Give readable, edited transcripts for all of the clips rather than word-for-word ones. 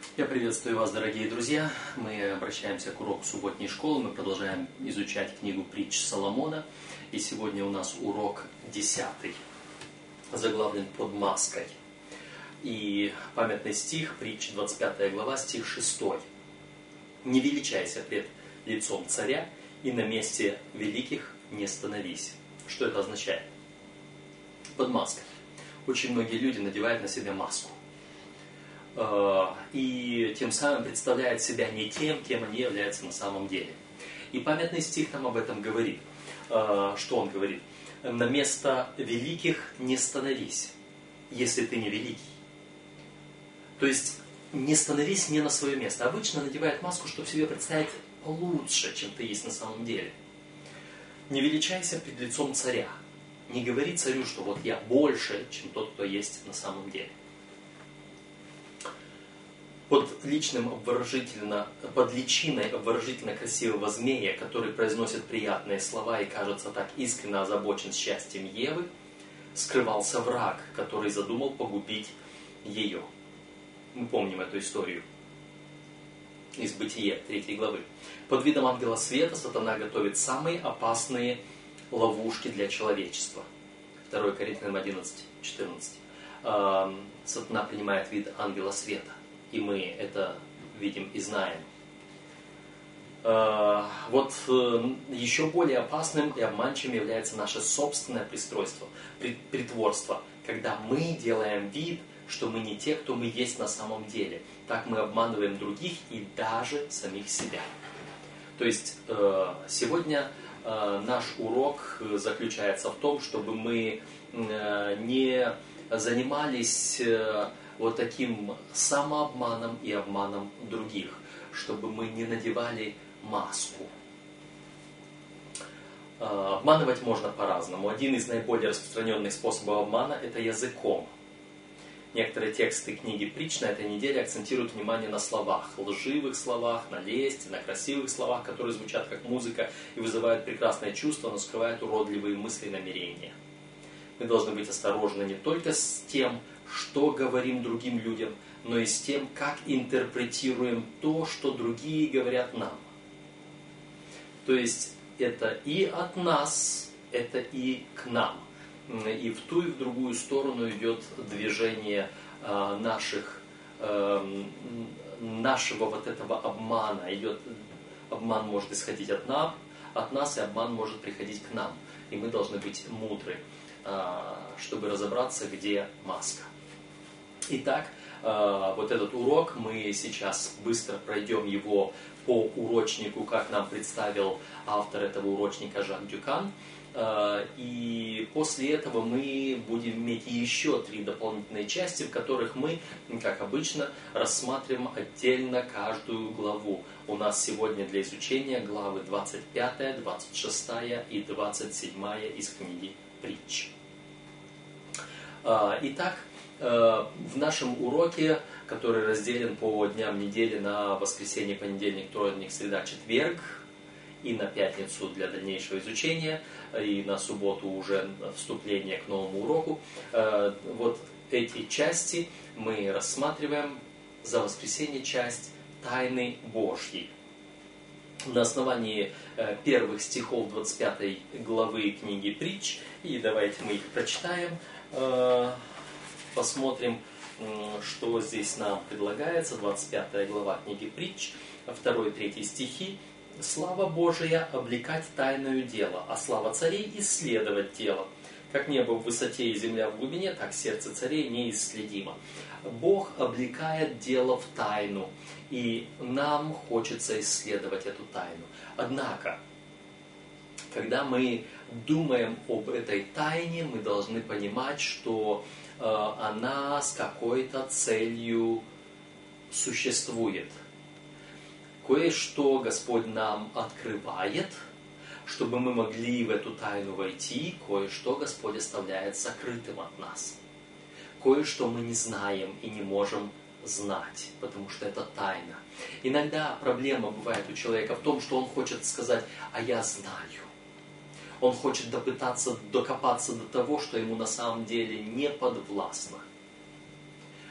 Я приветствую вас, дорогие друзья. Мы обращаемся к уроку субботней школы. Мы продолжаем изучать книгу притч Соломона. И сегодня у нас урок 10, заглавлен «Под маской». И памятный стих, притч 25 глава, стих 6. «Не величайся пред лицом царя, и на месте великих не становись». Что это означает? Под маской. Очень многие люди надевают на себя маску. И тем самым представляют себя не тем, кем они являются на самом деле. И памятный стих там об этом говорит. Что он говорит? «На место великих не становись, если ты не великий». То есть, не становись не на свое место. Обычно надевают маску, чтобы себе представить лучше, чем ты есть на самом деле. Не величайся пред лицом царя. Не говори царю, что вот я больше, чем тот, кто есть на самом деле. Под личиной обворожительно красивого змея, который произносит приятные слова и кажется так искренне озабочен счастьем Евы, скрывался враг, который задумал погубить ее. Мы помним эту историю из Бытия 3 главы. Под видом ангела света сатана готовит самые опасные ловушки для человечества. 2 Коринфянам 11:14. Сатана принимает вид ангела света. И мы это видим и знаем. Вот еще более опасным и обманчивым является наше собственное притворство, когда мы делаем вид, что мы не те, кто мы есть на самом деле. Так мы обманываем других и даже самих себя. То есть сегодня наш урок заключается в том, чтобы мы не занимались вот таким самообманом и обманом других, чтобы мы не надевали маску. Обманывать можно по-разному. Один из наиболее распространенных способов обмана – это языком. Некоторые тексты книги притч на этой неделе акцентируют внимание на словах, лживых словах, на лести, на красивых словах, которые звучат как музыка и вызывают прекрасные чувства, но скрывают уродливые мысли и намерения. Мы должны быть осторожны не только с тем, что говорим другим людям, но и с тем, как интерпретируем то, что другие говорят нам. То есть это и от нас, это и к нам. И в ту, и в другую сторону идет движение нашего вот этого обмана. Обман может исходить от нас, и обман может приходить к нам. И мы должны быть мудры, чтобы разобраться, где маска. Итак, вот этот урок, мы сейчас быстро пройдем его по урочнику, как нам представил автор этого урочника Жак Дюкан. И после этого мы будем иметь еще 3 дополнительные части, в которых мы, как обычно, рассматриваем отдельно каждую главу. У нас сегодня для изучения главы 25, 26 и 27 из книги притч. Итак, в нашем уроке, который разделен по дням недели на воскресенье, понедельник, вторник, среда, четверг, и на пятницу для дальнейшего изучения, и на субботу уже вступление к новому уроку, вот эти части мы рассматриваем. За воскресенье часть Тайны Божьей. На основании первых стихов 25 главы книги притч, и давайте мы их прочитаем, посмотрим, что здесь нам предлагается. 25 глава книги притч, 2-3 стихи. «Слава Божия облекать тайною дело, а слава царей исследовать дело. Как небо в высоте и земля в глубине, так сердце царей неисследимо». Бог облекает дело в тайну, и нам хочется исследовать эту тайну. Однако, когда мы думаем об этой тайне, мы должны понимать, что она с какой-то целью существует. Кое-что Господь нам открывает, чтобы мы могли в эту тайну войти, кое-что Господь оставляет сокрытым от нас. Кое-что мы не знаем и не можем знать, потому что это тайна. Иногда проблема бывает у человека в том, что он хочет сказать: «а я знаю». Он хочет докопаться до того, что ему на самом деле не подвластно.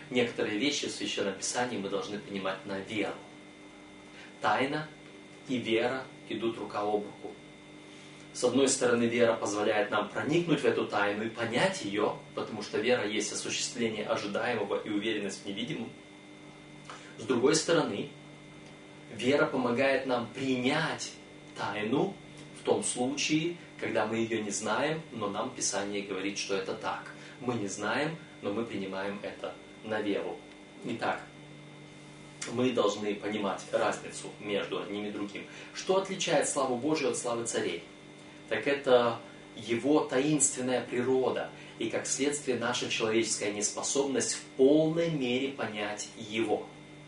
некоторые вещи в Священном Писании мы должны принимать на веру. Тайна и вера идут рука об руку. С одной стороны, вера позволяет нам проникнуть в эту тайну и понять ее, потому что вера есть осуществление ожидаемого и уверенность в невидимом. С другой стороны, вера помогает нам принять тайну в том случае, когда мы ее не знаем, но нам Писание говорит, что это так. Мы не знаем, но мы принимаем это на веру. Итак, мы должны понимать разницу между одним и другим. Что отличает славу Божию от славы царей? Так это его таинственная природа и, как следствие, наша человеческая неспособность в полной мере понять его.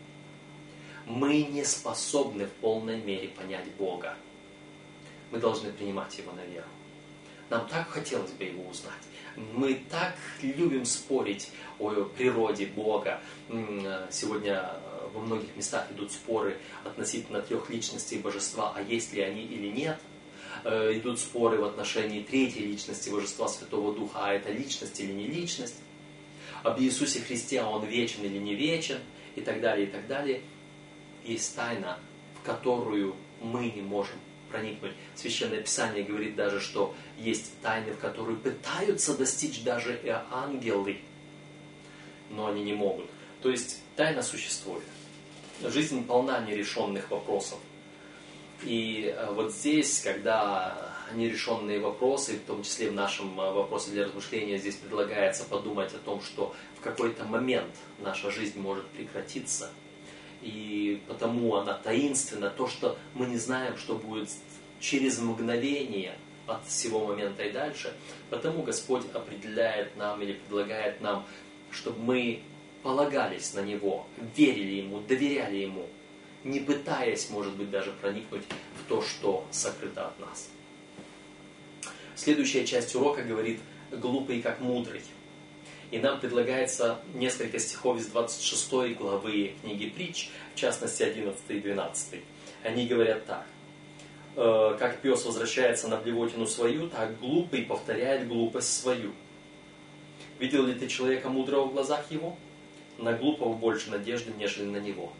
Мы не способны в полной мере понять Бога. Мы должны принимать Его на веру. Нам так хотелось бы Его узнать. Мы так любим спорить о природе Бога. Сегодня во многих местах идут споры относительно 3 личностей Божества, а есть ли они или нет. Идут споры в отношении 3-й личности Божества Святого Духа, а это личность или не личность. Об Иисусе Христе, Он вечен или не вечен, и так далее, и так далее. Есть тайна, в которую мы не можем проникнуть. Священное Писание говорит даже, что есть тайны, в которые пытаются достичь даже и ангелы, но они не могут. То есть тайна существует. Жизнь полна нерешенных вопросов. И вот здесь, когда нерешенные вопросы, в том числе в нашем вопросе для размышления, здесь предлагается подумать о том, что в какой-то момент наша жизнь может прекратиться, и потому она таинственна, то, что мы не знаем, что будет через мгновение от всего момента и дальше. Потому Господь определяет нам или предлагает нам, чтобы мы полагались на Него, верили Ему, доверяли Ему, не пытаясь, может быть, даже проникнуть в то, что сокрыто от нас. Следующая часть урока говорит «глупый как мудрый». И нам предлагается несколько стихов из 26 главы книги Притч, в частности 11 и 12. Они говорят так. «Как пес возвращается на блевотину свою, так глупый повторяет глупость свою. Видел ли ты человека мудрого в глазах его? На глупого больше надежды, нежели на него».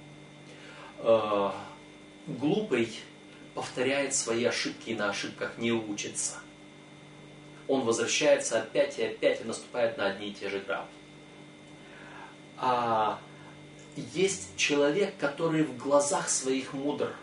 Глупый повторяет свои ошибки и на ошибках не учится. Он возвращается опять и опять и наступает на одни и те же грабли. А есть человек, который в глазах своих мудр.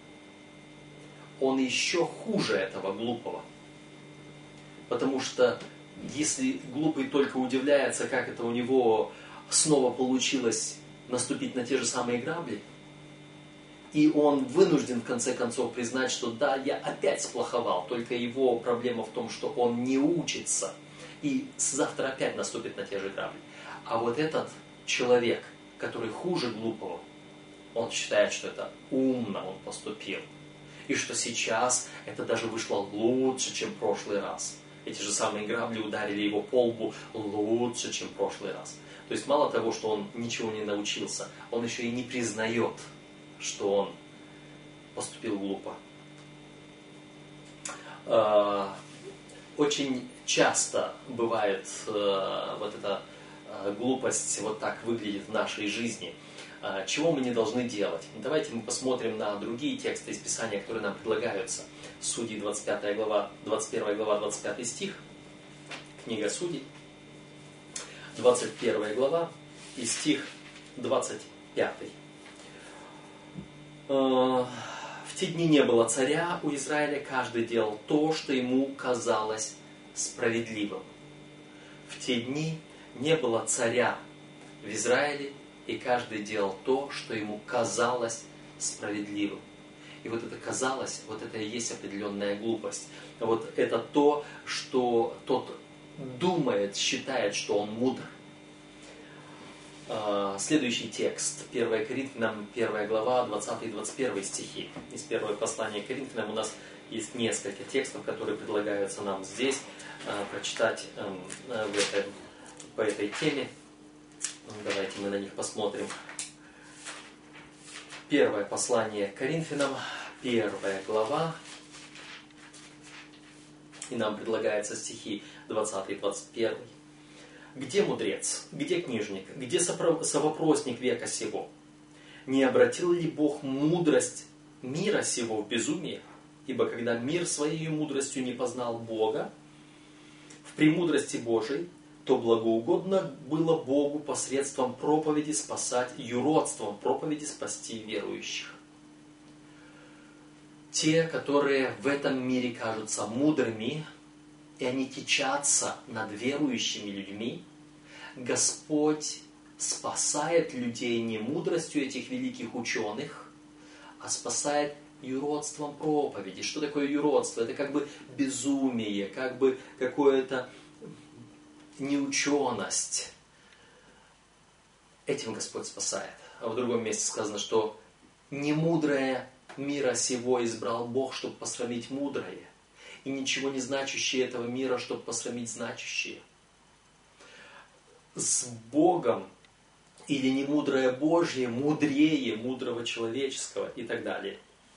Он еще хуже этого глупого. Потому что если глупый только удивляется, как это у него снова получилось наступить на те же самые грабли, и он вынужден в конце концов признать, что да, я опять сплоховал, только его проблема в том, что он не учится, и завтра опять наступит на те же грабли. А вот этот человек, который хуже глупого, он считает, что это умно он поступил, и что сейчас это даже вышло лучше, чем в прошлый раз. Эти же самые грабли ударили его по лбу лучше, чем в прошлый раз. То есть мало того, что он ничего не научился, он еще и не признает, что он поступил глупо. Очень часто бывает вот эта глупость вот так выглядит в нашей жизни. Чего мы не должны делать? Давайте мы посмотрим на другие тексты из Писания, которые нам предлагаются. Судьи 25 глава, 21 глава, 25 стих. Книга Судей. 21 глава и стих 25. В те дни не было царя у Израиля, каждый делал то, что ему казалось справедливым. В те дни не было царя в Израиле, и каждый делал то, что ему казалось справедливым. И вот это казалось, вот это и есть определенная глупость. Вот это то, что тот думает, считает, что он мудр. Следующий текст, 1 Коринфянам, 1 глава, 20 и 21 стихи. Из первого послания к Коринфянам у нас есть несколько текстов, которые предлагаются нам здесь прочитать по этой теме. Давайте мы на них посмотрим. Первое послание к Коринфянам, 1 глава. И нам предлагаются стихи 20 и 21. Где мудрец? Где книжник? Где совопросник века сего? Не обратил ли Бог мудрость мира сего в безумие? Ибо когда мир своей мудростью не познал Бога в премудрости Божией, то благоугодно было Богу посредством проповеди спасать, юродством проповеди спасти верующих. Те, которые в этом мире кажутся мудрыми, и они кичатся над верующими людьми, Господь спасает людей не мудростью этих великих ученых, а спасает юродством проповеди. Что такое юродство? Это как бы безумие, как бы какое-то неученость. Этим Господь спасает. А в другом месте сказано, что немудрое мира сего избрал Бог, чтобы посрамить мудрое, и ничего не значащее этого мира, чтобы посрамить значащее. С Богом или немудрое Божье мудрее мудрого человеческого и так далее.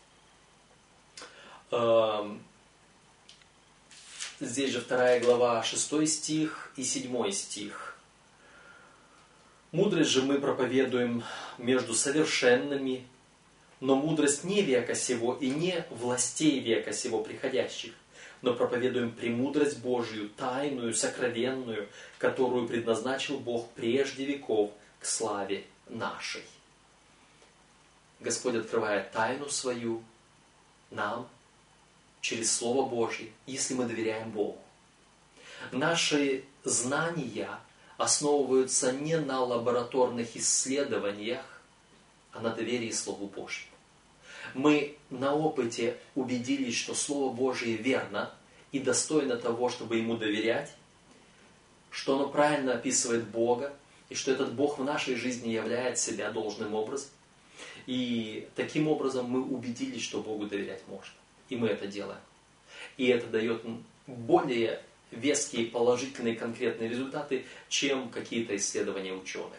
Здесь же 2 глава, 6 стих и 7 стих. Мудрость же мы проповедуем между совершенными, но мудрость не века сего и не властей века сего приходящих, но проповедуем премудрость Божию, тайную, сокровенную, которую предназначил Бог прежде веков к славе нашей. Господь открывает тайну свою нам через Слово Божье, если мы доверяем Богу. Наши знания основываются не на лабораторных исследованиях, а на доверии Слову Божьему. Мы на опыте убедились, что Слово Божие верно и достойно того, чтобы ему доверять, что оно правильно описывает Бога, и что этот Бог в нашей жизни являет себя должным образом. И таким образом мы убедились, что Богу доверять можно. И мы это делаем. И это дает более веские, положительные, конкретные результаты, чем какие-то исследования ученых.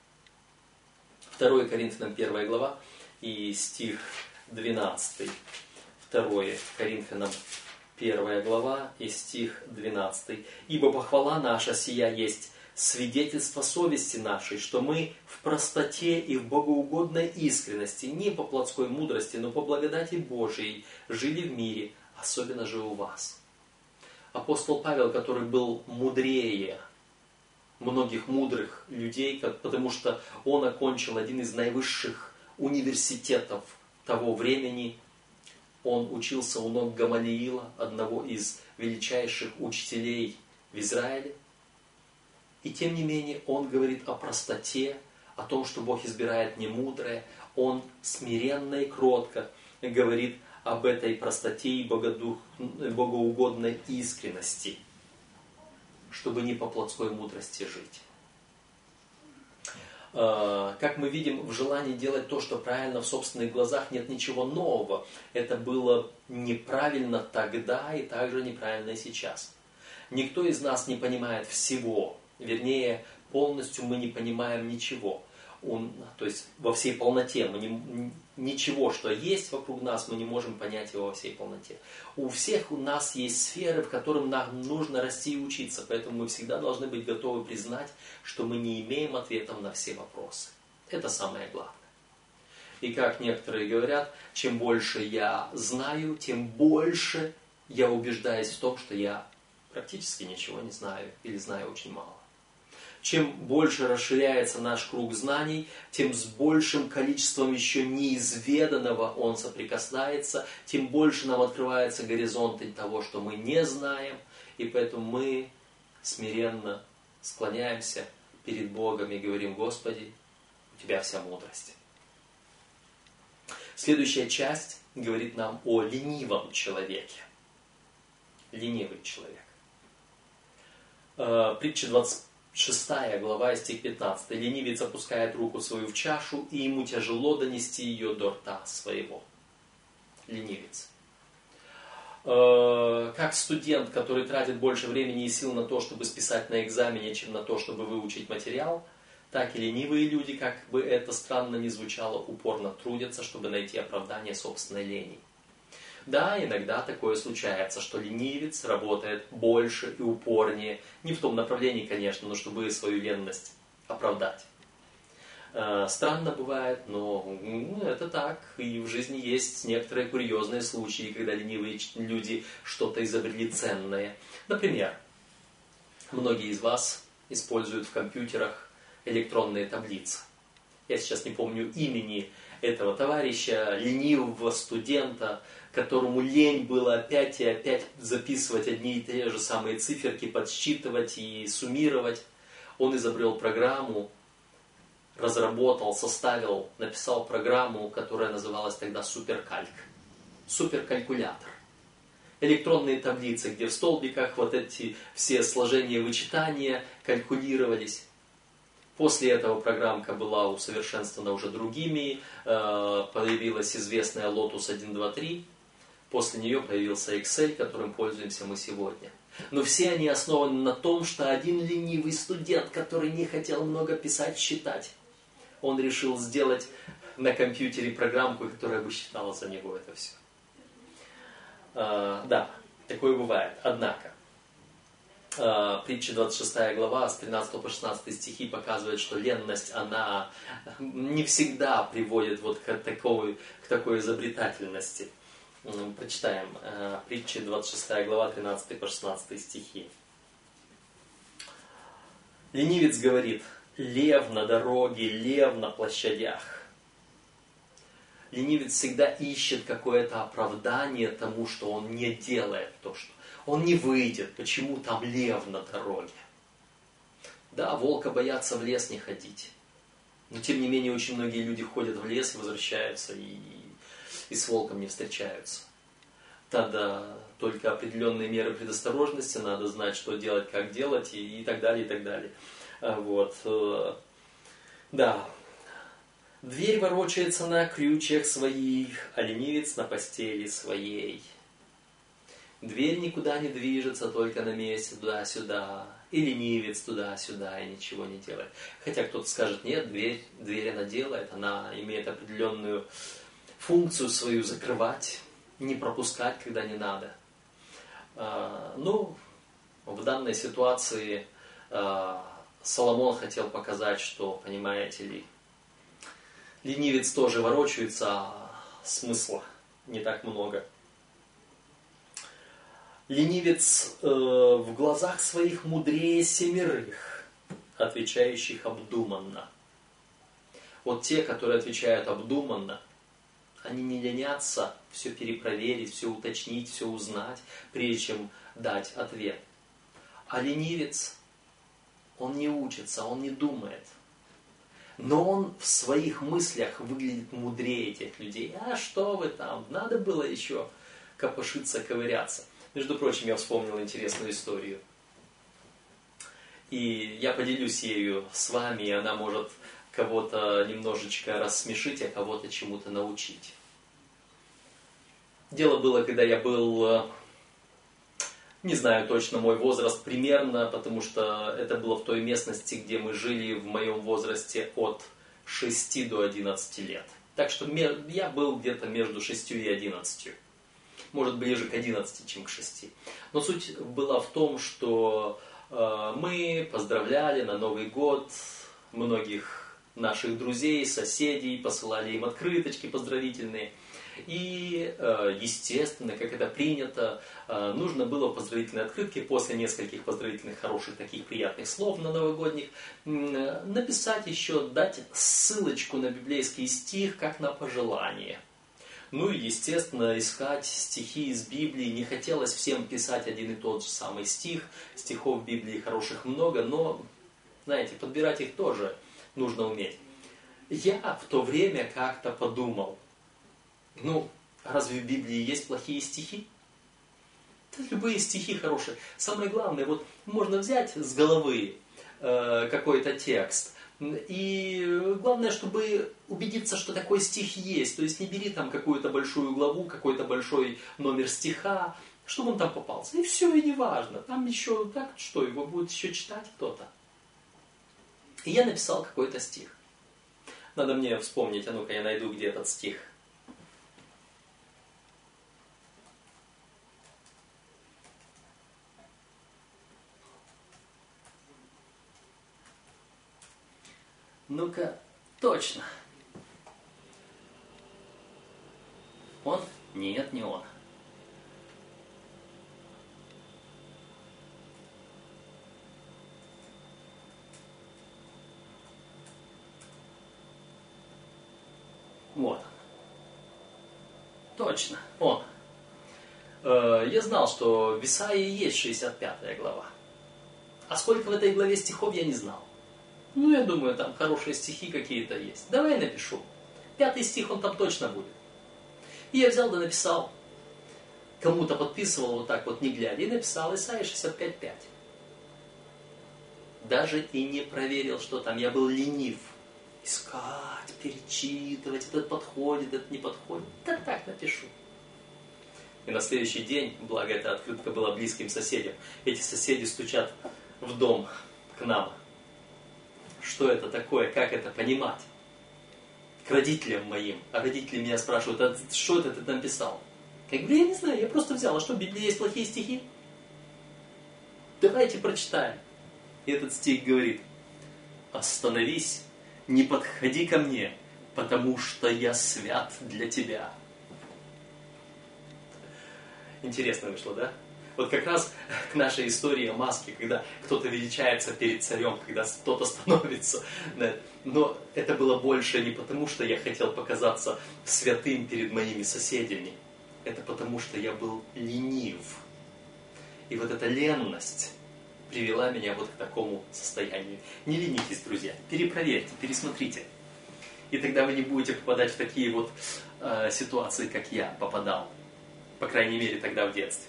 2 Коринфянам 1 глава и стих 12. 2 Коринфянам 1 глава и стих 12. «Ибо похвала наша сия есть свидетельство совести нашей, что мы в простоте и в богоугодной искренности, не по плотской мудрости, но по благодати Божией, жили в мире, особенно же у вас». Апостол Павел, который был мудрее многих мудрых людей, потому что он окончил один из наивысших университетов того времени, он учился у ног Гамалиила, одного из величайших учителей в Израиле. И тем не менее он говорит о простоте, о том, что Бог избирает немудрое. Он смиренно и кротко говорит об этой простоте и богоугодной искренности, чтобы не по плотской мудрости жить. Как мы видим, в желании делать то, что правильно в собственных глазах, нет ничего нового. Это было неправильно тогда и также неправильно и сейчас. Никто из нас не понимает всего. Вернее, полностью мы не понимаем ничего. То есть во всей полноте ничего, что есть вокруг нас, мы не можем понять его во всей полноте. У всех у нас есть сферы, в которых нам нужно расти и учиться. Поэтому мы всегда должны быть готовы признать, что мы не имеем ответов на все вопросы. Это самое главное. И как некоторые говорят, чем больше я знаю, тем больше я убеждаюсь в том, что я практически ничего не знаю или знаю очень мало. Чем больше расширяется наш круг знаний, тем с большим количеством еще неизведанного он соприкасается, тем больше нам открываются горизонты того, что мы не знаем, и поэтому мы смиренно склоняемся перед Богом и говорим: Господи, у Тебя вся мудрость. Следующая часть говорит нам о ленивом человеке. Ленивый человек. Притча 26 глава, стих 15. «Ленивец опускает руку свою в чашу, и ему тяжело донести ее до рта своего». Ленивец. Как студент, который тратит больше времени и сил на то, чтобы списать на экзамене, чем на то, чтобы выучить материал, так и ленивые люди, как бы это странно ни звучало, упорно трудятся, чтобы найти оправдание собственной лени. Да, иногда такое случается, что ленивец работает больше и упорнее. Не в том направлении, конечно, но чтобы свою ленность оправдать. Странно бывает, но это так. И в жизни есть некоторые курьезные случаи, когда ленивые люди что-то изобрели ценное. Например, многие из вас используют в компьютерах электронные таблицы. Я сейчас не помню имени этого товарища, ленивого студента, которому лень было опять и опять записывать одни и те же самые циферки, подсчитывать и суммировать. Он изобрел программу, разработал, составил, написал программу, которая называлась тогда Суперкальк. Суперкалькулятор. Электронные таблицы, где в столбиках вот эти все сложения, вычитания калькулировались. После этого программка была усовершенствована уже другими. Появилась известная Lotus 1.2.3. После нее появился Excel, которым пользуемся мы сегодня. Но все они основаны на том, что один ленивый студент, который не хотел много писать, считать, он решил сделать на компьютере программку, которая бы считала за него это все. Да, такое бывает. Однако, притча 26 глава с 13 по 16 стихи показывает, что ленность, она не всегда приводит вот к такой изобретательности. Прочитаем притчи 26 глава 13 по 16 стихи. Ленивец говорит: лев на дороге, лев на площадях. Ленивец всегда ищет какое-то оправдание тому, что он не делает то, что он не выйдет, почему там лев на дороге. Да, волка боятся в лес не ходить. Но тем не менее очень многие люди ходят в лес и возвращаются и с волком не встречаются. Тогда только определенные меры предосторожности, надо знать, что делать, как делать и так далее, и так далее. Вот. Да. Дверь ворочается на крючьях своих, а ленивец на постели своей. Дверь никуда не движется, только на месте, туда-сюда. И ленивец туда-сюда, и ничего не делает. Хотя кто-то скажет: нет, дверь она делает, она имеет определенную функцию свою закрывать, не пропускать, когда не надо. Ну, в данной ситуации Соломон хотел показать, что, понимаете ли, ленивец тоже ворочается, а смысла не так много. Ленивец в глазах своих мудрее семерых, отвечающих обдуманно. Вот те, которые отвечают обдуманно, они не ленятся все перепроверить, все уточнить, все узнать, прежде чем дать ответ. А ленивец, он не учится, он не думает. Но он в своих мыслях выглядит мудрее этих людей. А что вы там, надо было еще копошиться, ковыряться. Между прочим, я вспомнил интересную историю. И я поделюсь ею с вами, и она может кого-то немножечко рассмешить, а кого-то чему-то научить. Дело было, когда я был, не знаю точно мой возраст примерно, потому что это было в той местности, где мы жили в моем возрасте от 6 до 11 лет. Так что я был где-то между 6 и 11. Может, ближе к 11, чем к 6. Но суть была в том, что мы поздравляли на Новый год многих наших друзей, соседей, посылали им открыточки поздравительные. И, естественно, как это принято, нужно было в поздравительной открытке после нескольких поздравительных, хороших, таких приятных слов на новогодних написать еще, дать ссылочку на библейский стих, как на пожелание. Ну и, естественно, искать стихи из Библии. Не хотелось всем писать один и тот же самый стих. Стихов в Библии хороших много, но, знаете, подбирать их тоже нужно уметь. Я в то время как-то подумал, ну, разве в Библии есть плохие стихи? Да, любые стихи хорошие. Самое главное, вот можно взять с головы какой-то текст, и главное, чтобы убедиться, что такой стих есть. То есть не бери там какую-то большую главу, какой-то большой номер стиха, чтобы он там попался. И все, и не важно. Там еще, так что, его будет еще читать кто-то. И я написал какой-то стих. Надо мне вспомнить, а ну-ка я найду, где этот стих. ну-ка, точно. Он? Нет, не он. Вот он. Точно, он. Я знал, что в Исаии есть 65 глава. А сколько в этой главе стихов, я не знал. Ну, я думаю, там хорошие стихи какие-то есть. Давай напишу. 5 стих, он там точно будет. И я взял да написал. Кому-то подписывал вот так вот, не глядя. И написал Исаия 65:5. Даже и не проверил, что там. Я был ленив. Искать, перечитывать. Этот подходит, этот не подходит. Да так напишу. И на следующий день, благо эта открытка была близким соседям, эти соседи стучат в дом к нам. Что это такое, как это понимать? К родителям моим. А родители меня спрашивают, а что это ты написал? Я говорю, я не знаю, я просто взял. А что, в Библии есть плохие стихи? Давайте прочитаем. И этот стих говорит, остановись, не подходи ко мне, потому что я свят для тебя. Интересно вышло, да? Вот как раз к нашей истории о маске, когда кто-то величается перед царем, когда кто-то становится. Но это было больше не потому, что я хотел показаться святым перед моими соседями. Это потому, что я был ленив. И вот эта ленность привела меня вот к такому состоянию. Не ленитесь, друзья, перепроверьте, пересмотрите. И тогда вы не будете попадать в такие вот ситуации, как я попадал. По крайней мере, тогда в детстве.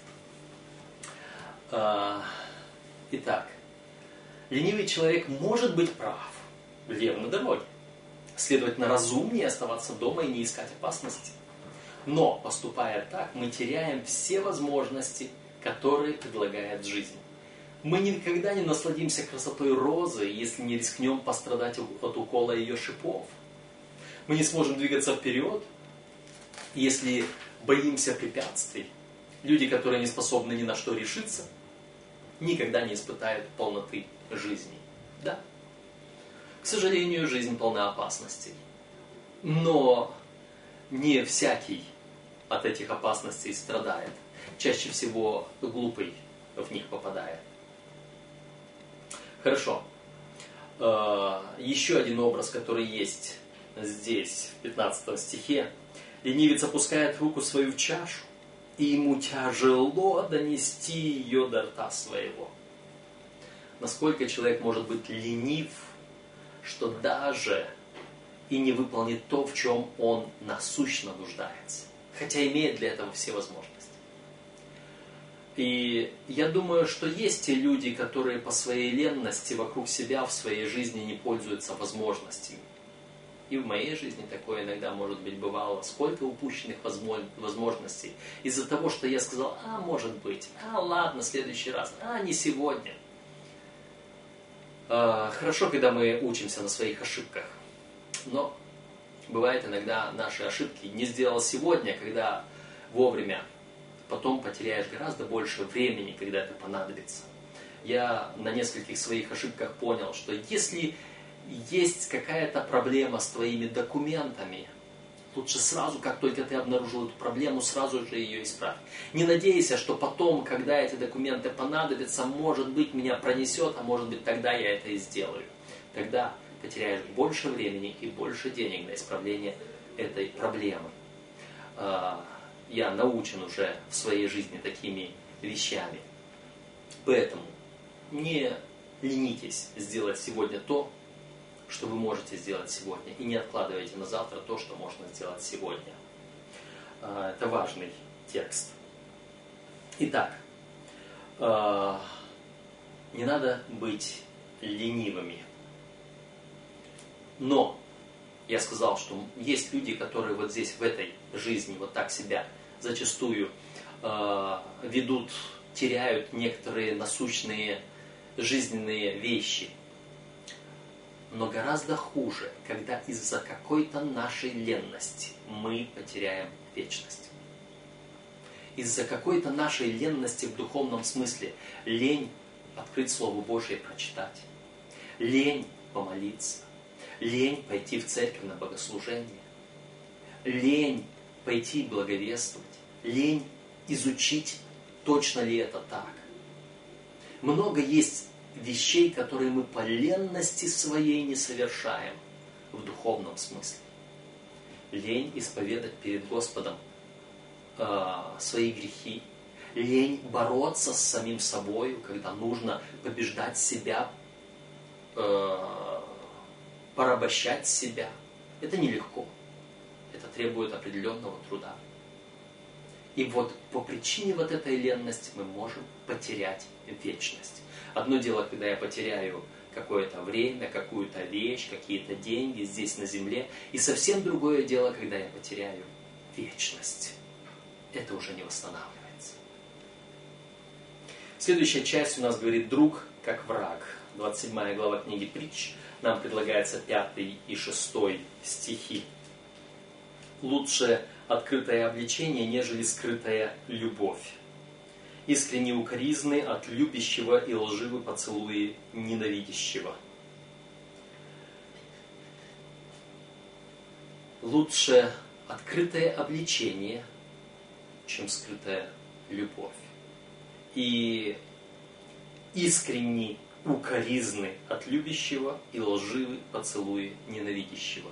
Итак, ленивый человек может быть прав, лев на дороге. Следовательно, разумнее оставаться дома и не искать опасности. Но, поступая так, мы теряем все возможности, которые предлагает жизнь. Мы никогда не насладимся красотой розы, если не рискнем пострадать от укола ее шипов. Мы не сможем двигаться вперед, если боимся препятствий. Люди, которые не способны ни на что решиться, никогда не испытают полноты жизни. Да. К сожалению, жизнь полна опасностей. Но не всякий от этих опасностей страдает. Чаще всего глупый в них попадает. Хорошо. Еще один образ, который есть здесь, в 15 стихе. Ленивец опускает руку свою в чашу, и ему тяжело донести ее до рта своего. Насколько человек может быть ленив, что даже и не выполнит то, в чем он насущно нуждается, хотя имеет для этого все возможности. И я думаю, что есть те люди, которые по своей ленности вокруг себя в своей жизни не пользуются возможностями. И в моей жизни такое иногда, может быть, бывало. Сколько упущенных возможностей. Из-за того, что я сказал, может быть, ладно, в следующий раз, не сегодня. Хорошо, когда мы учимся на своих ошибках. Но бывает иногда наши ошибки не сделал сегодня, когда вовремя. Потом потеряешь гораздо больше времени, когда это понадобится. Я на нескольких своих ошибках понял, что если есть какая-то проблема с твоими документами, лучше сразу, как только ты обнаружил эту проблему, сразу же ее исправь. Не надейся, что потом, когда эти документы понадобятся, может быть, меня пронесет, а может быть, тогда я это и сделаю. Тогда потеряешь больше времени и больше денег на исправление этой проблемы. Я научен уже в своей жизни такими вещами. Поэтому не ленитесь сделать сегодня то, что вы можете сделать сегодня. И не откладывайте на завтра то, что можно сделать сегодня. Это важный текст. Итак, не надо быть ленивыми. Но я сказал, что есть люди, которые вот здесь, в этой жизни, вот так себя зачастую ведут, теряют некоторые насущные жизненные вещи. Но гораздо хуже, когда из-за какой-то нашей ленности мы потеряем вечность. Из-за какой-то нашей ленности в духовном смысле. Лень открыть Слово Божие и прочитать. Лень помолиться. Лень пойти в церковь на богослужение. Лень пойти благовествовать. Лень изучить, точно ли это так. Много есть вещей, которые мы по ленности своей не совершаем в духовном смысле. Лень исповедать перед Господом свои грехи. Лень бороться с самим собой, когда нужно побеждать себя, порабощать себя. Это нелегко. Это требует определенного труда. И вот по причине вот этой ленности мы можем потерять вечность. Одно дело, когда я потеряю какое-то время, какую-то вещь, какие-то деньги здесь на земле. И совсем другое дело, когда я потеряю вечность. Это уже не восстанавливается. Следующая часть у нас говорит «друг как враг». 27 глава книги Притч. Нам предлагается 5 и 6 стихи. «Лучше открытое обличение, нежели скрытая любовь. Искренне укоризны от любящего и лживы поцелуи ненавидящего». Лучше открытое обличение, чем скрытая любовь. И искренне укоризны от любящего и лживы поцелуи ненавидящего.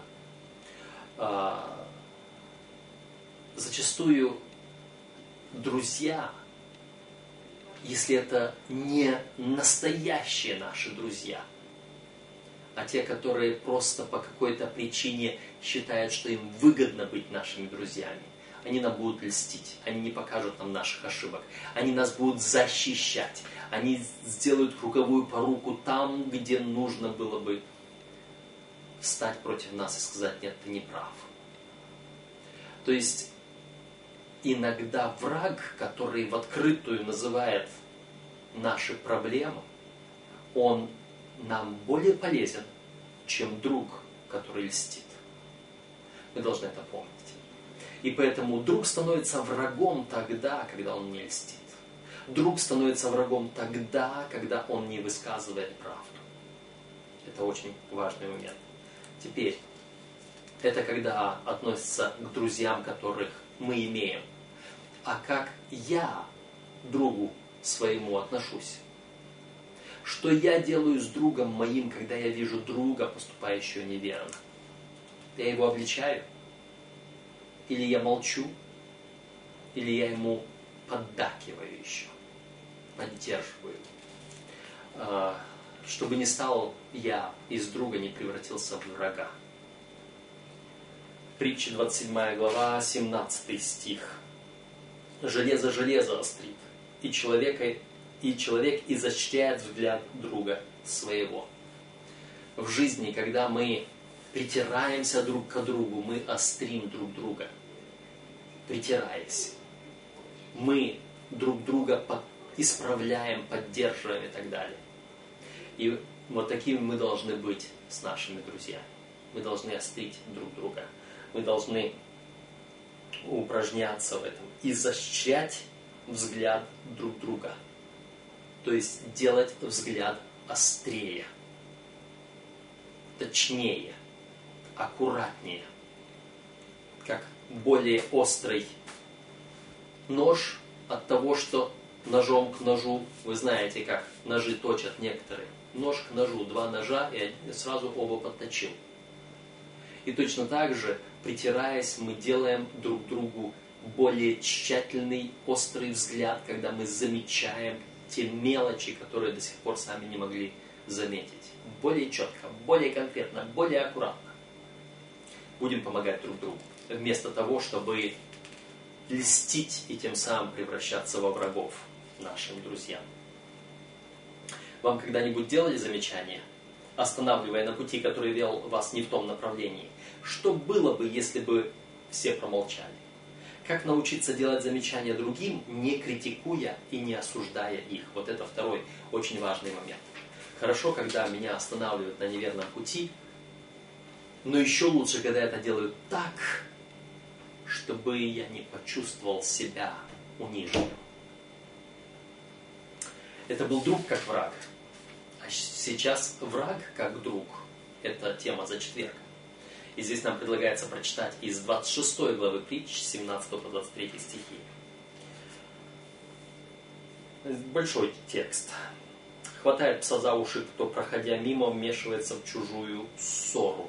Зачастую друзья, если это не настоящие наши друзья, а те, которые просто по какой-то причине считают, что им выгодно быть нашими друзьями, они нам будут льстить, они не покажут нам наших ошибок, они нас будут защищать, они сделают круговую поруку там, где нужно было бы встать против нас и сказать: нет, ты не прав. То есть иногда враг, который в открытую называет наши проблемы, он нам более полезен, чем друг, который льстит. Мы должны это помнить. И поэтому друг становится врагом тогда, когда он не льстит. Друг становится врагом тогда, когда он не высказывает правду. Это очень важный момент. Теперь, это когда относится к друзьям, которых мы имеем. А как я к другу своему отношусь? Что я делаю с другом моим, когда я вижу друга, поступающего неверно? Я его обличаю? Или я молчу? Или я ему поддакиваю еще? Поддерживаю? Чтобы не стал я из друга, не превратился в врага. Притча 27 глава, 17 стих. «Железо железо острит, и человек изощряет взгляд друга своего». В жизни, когда мы притираемся друг к другу, мы острим друг друга. Притираясь. Мы друг друга исправляем, поддерживаем и так далее. И вот такими мы должны быть с нашими друзьями. Мы должны острить друг друга. Мы должны упражняться в этом. Изощрять взгляд друг друга. То есть делать взгляд острее. Точнее. Аккуратнее. Как более острый нож от того, что ножом к ножу, вы знаете, как ножи точат некоторые. Нож к ножу, 2 ножа, и сразу оба подточил. И точно так же, притираясь, мы делаем друг другу более тщательный, острый взгляд, когда мы замечаем те мелочи, которые до сих пор сами не могли заметить. Более четко, более конкретно, более аккуратно. Будем помогать друг другу, вместо того, чтобы льстить и тем самым превращаться во врагов нашим друзьям. Вам когда-нибудь делали замечания, останавливая на пути, который вел вас не в том направлении? Что было бы, если бы все промолчали? Как научиться делать замечания другим, не критикуя и не осуждая их? Вот это второй очень важный момент. Хорошо, когда меня останавливают на неверном пути, но еще лучше, когда это делают так, чтобы я не почувствовал себя униженным. Это был друг как враг. А сейчас враг как друг. Это тема за четверг. И здесь нам предлагается прочитать из 26 главы притч, с 17 по 23 стихи. Большой текст. Хватает пса за уши, кто, проходя мимо, вмешивается в чужую ссору.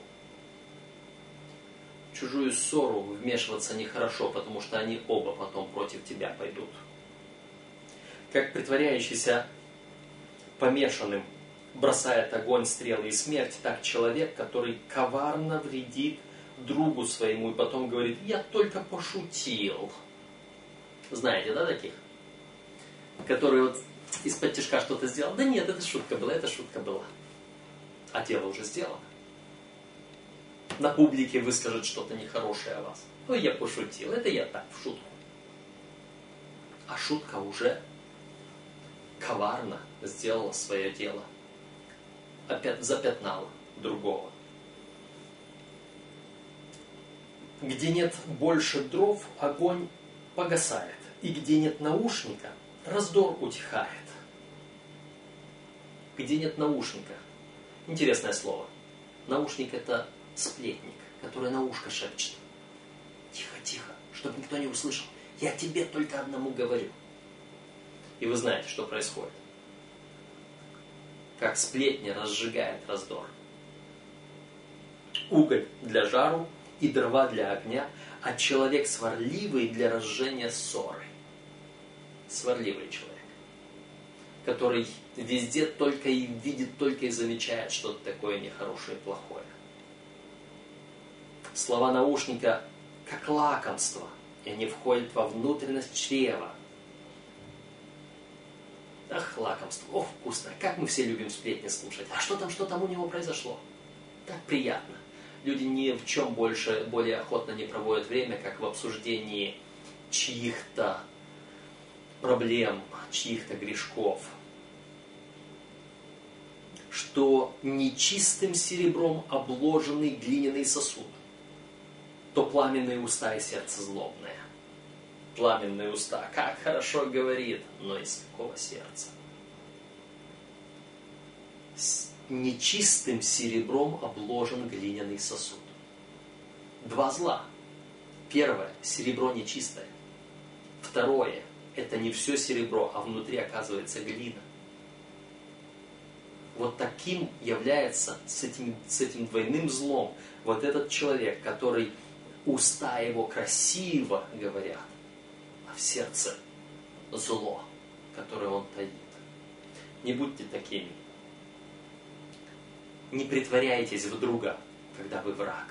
В чужую ссору вмешиваться нехорошо, потому что они оба потом против тебя пойдут. Как притворяющийся помешанным бросает огонь, стрелы и смерть, так человек, который коварно вредит другу своему и потом говорит: я только пошутил. Знаете, да, таких? Которые вот из-под тишка что-то сделал. Да нет, это шутка была. А дело уже сделано. На публике выскажет что-то нехорошее о вас. Ой, я пошутил, это я так, в шутку. А шутка уже коварно сделала свое дело. Опять запятнала другого. Где нет больше дров, огонь погасает. И где нет наушника, раздор утихает. Где нет наушника. Интересное слово. Наушник — это сплетник, который на ушко шепчет. Тихо, тихо, чтобы никто не услышал. Я тебе только одному говорю. И вы знаете, что происходит. Как сплетня разжигает раздор. Уголь для жару и дрова для огня, а человек сварливый для разжения ссоры. Сварливый человек, который везде только и видит, только и замечает что-то такое нехорошее и плохое. Слова наушника как лакомство, и они входят во внутренность чрева. Ах, лакомство, ох, вкусно, как мы все любим сплетни слушать. А что там у него произошло? Так приятно. Люди ни в чем более охотно не проводят время, как в обсуждении чьих-то проблем, чьих-то грешков. Что нечистым серебром обложенный глиняный сосуд, то пламенные уста и сердце злобное. Пламенные уста, как хорошо говорит, но из какого сердца? С нечистым серебром обложен глиняный сосуд. Два зла. Первое, серебро нечистое. Второе, это не все серебро, а внутри оказывается глина. Вот таким является с этим двойным злом вот этот человек, который уста его красиво говорят, а в сердце зло, которое он таит. Не будьте такими. Не притворяйтесь в друга, когда вы враг.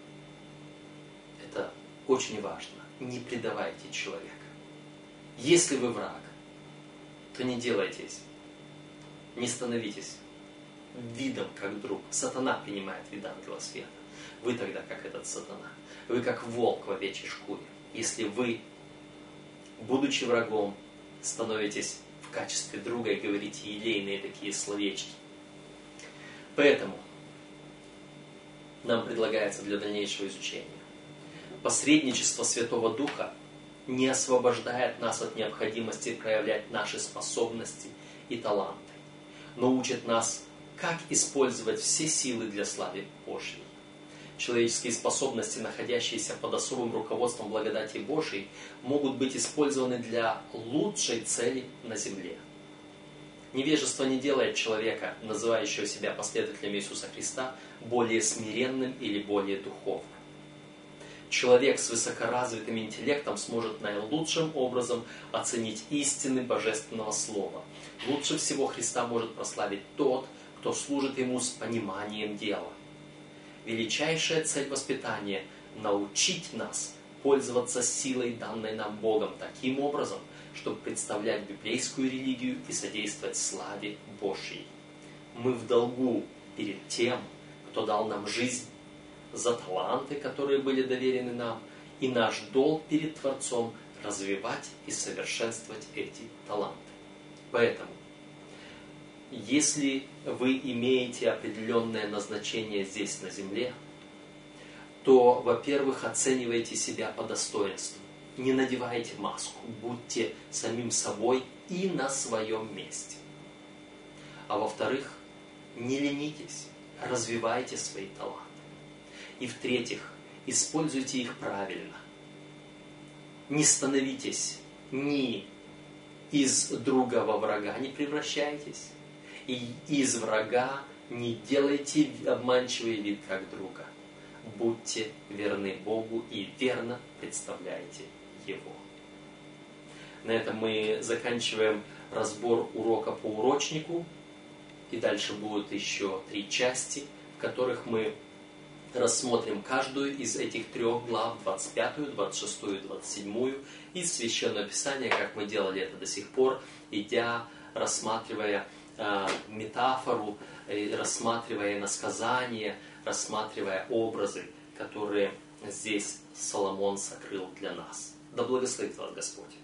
Это очень важно. Не предавайте человека. Если вы враг, то не делайтесь, не становитесь видом как друг. Сатана принимает вид ангела света. Вы тогда как этот сатана. Вы как волк в овечьей шкуре. Если вы, будучи врагом, становитесь в качестве друга и говорите елейные такие словечки. Поэтому нам предлагается для дальнейшего изучения. Посредничество Святого Духа не освобождает нас от необходимости проявлять наши способности и таланты, но учит нас, как использовать все силы для славы Божьей. Человеческие способности, находящиеся под особым руководством благодати Божьей, могут быть использованы для лучшей цели на земле. Невежество не делает человека, называющего себя последователем Иисуса Христа, более смиренным или более духовным. Человек с высокоразвитым интеллектом сможет наилучшим образом оценить истины Божественного Слова. Лучше всего Христа может прославить тот, кто служит Ему с пониманием дела. Величайшая цель воспитания – научить нас пользоваться силой, данной нам Богом, таким образом, чтобы представлять библейскую религию и содействовать славе Божьей. Мы в долгу перед тем, кто дал нам жизнь, за таланты, которые были доверены нам, и наш долг перед Творцом – развивать и совершенствовать эти таланты. Поэтому, если вы имеете определенное назначение здесь на земле, то, во-первых, оценивайте себя по достоинству. Не надевайте маску, будьте самим собой и на своем месте. А во-вторых, не ленитесь, развивайте свои таланты. И в-третьих, используйте их правильно. Не становитесь ни из друга во врага, не превращайтесь, и из врага не делайте обманчивый вид как друга. Будьте верны Богу и верно представляйте Его. На этом мы заканчиваем разбор урока по урочнику. И дальше будут еще 3 части, в которых мы рассмотрим каждую из этих 3 глав, 25, 26, 27, из Священного Писания, как мы делали это до сих пор, идя, рассматривая метафору, рассматривая иносказания, рассматривая образы, которые здесь Соломон сокрыл для нас. Да благословит вас Господь!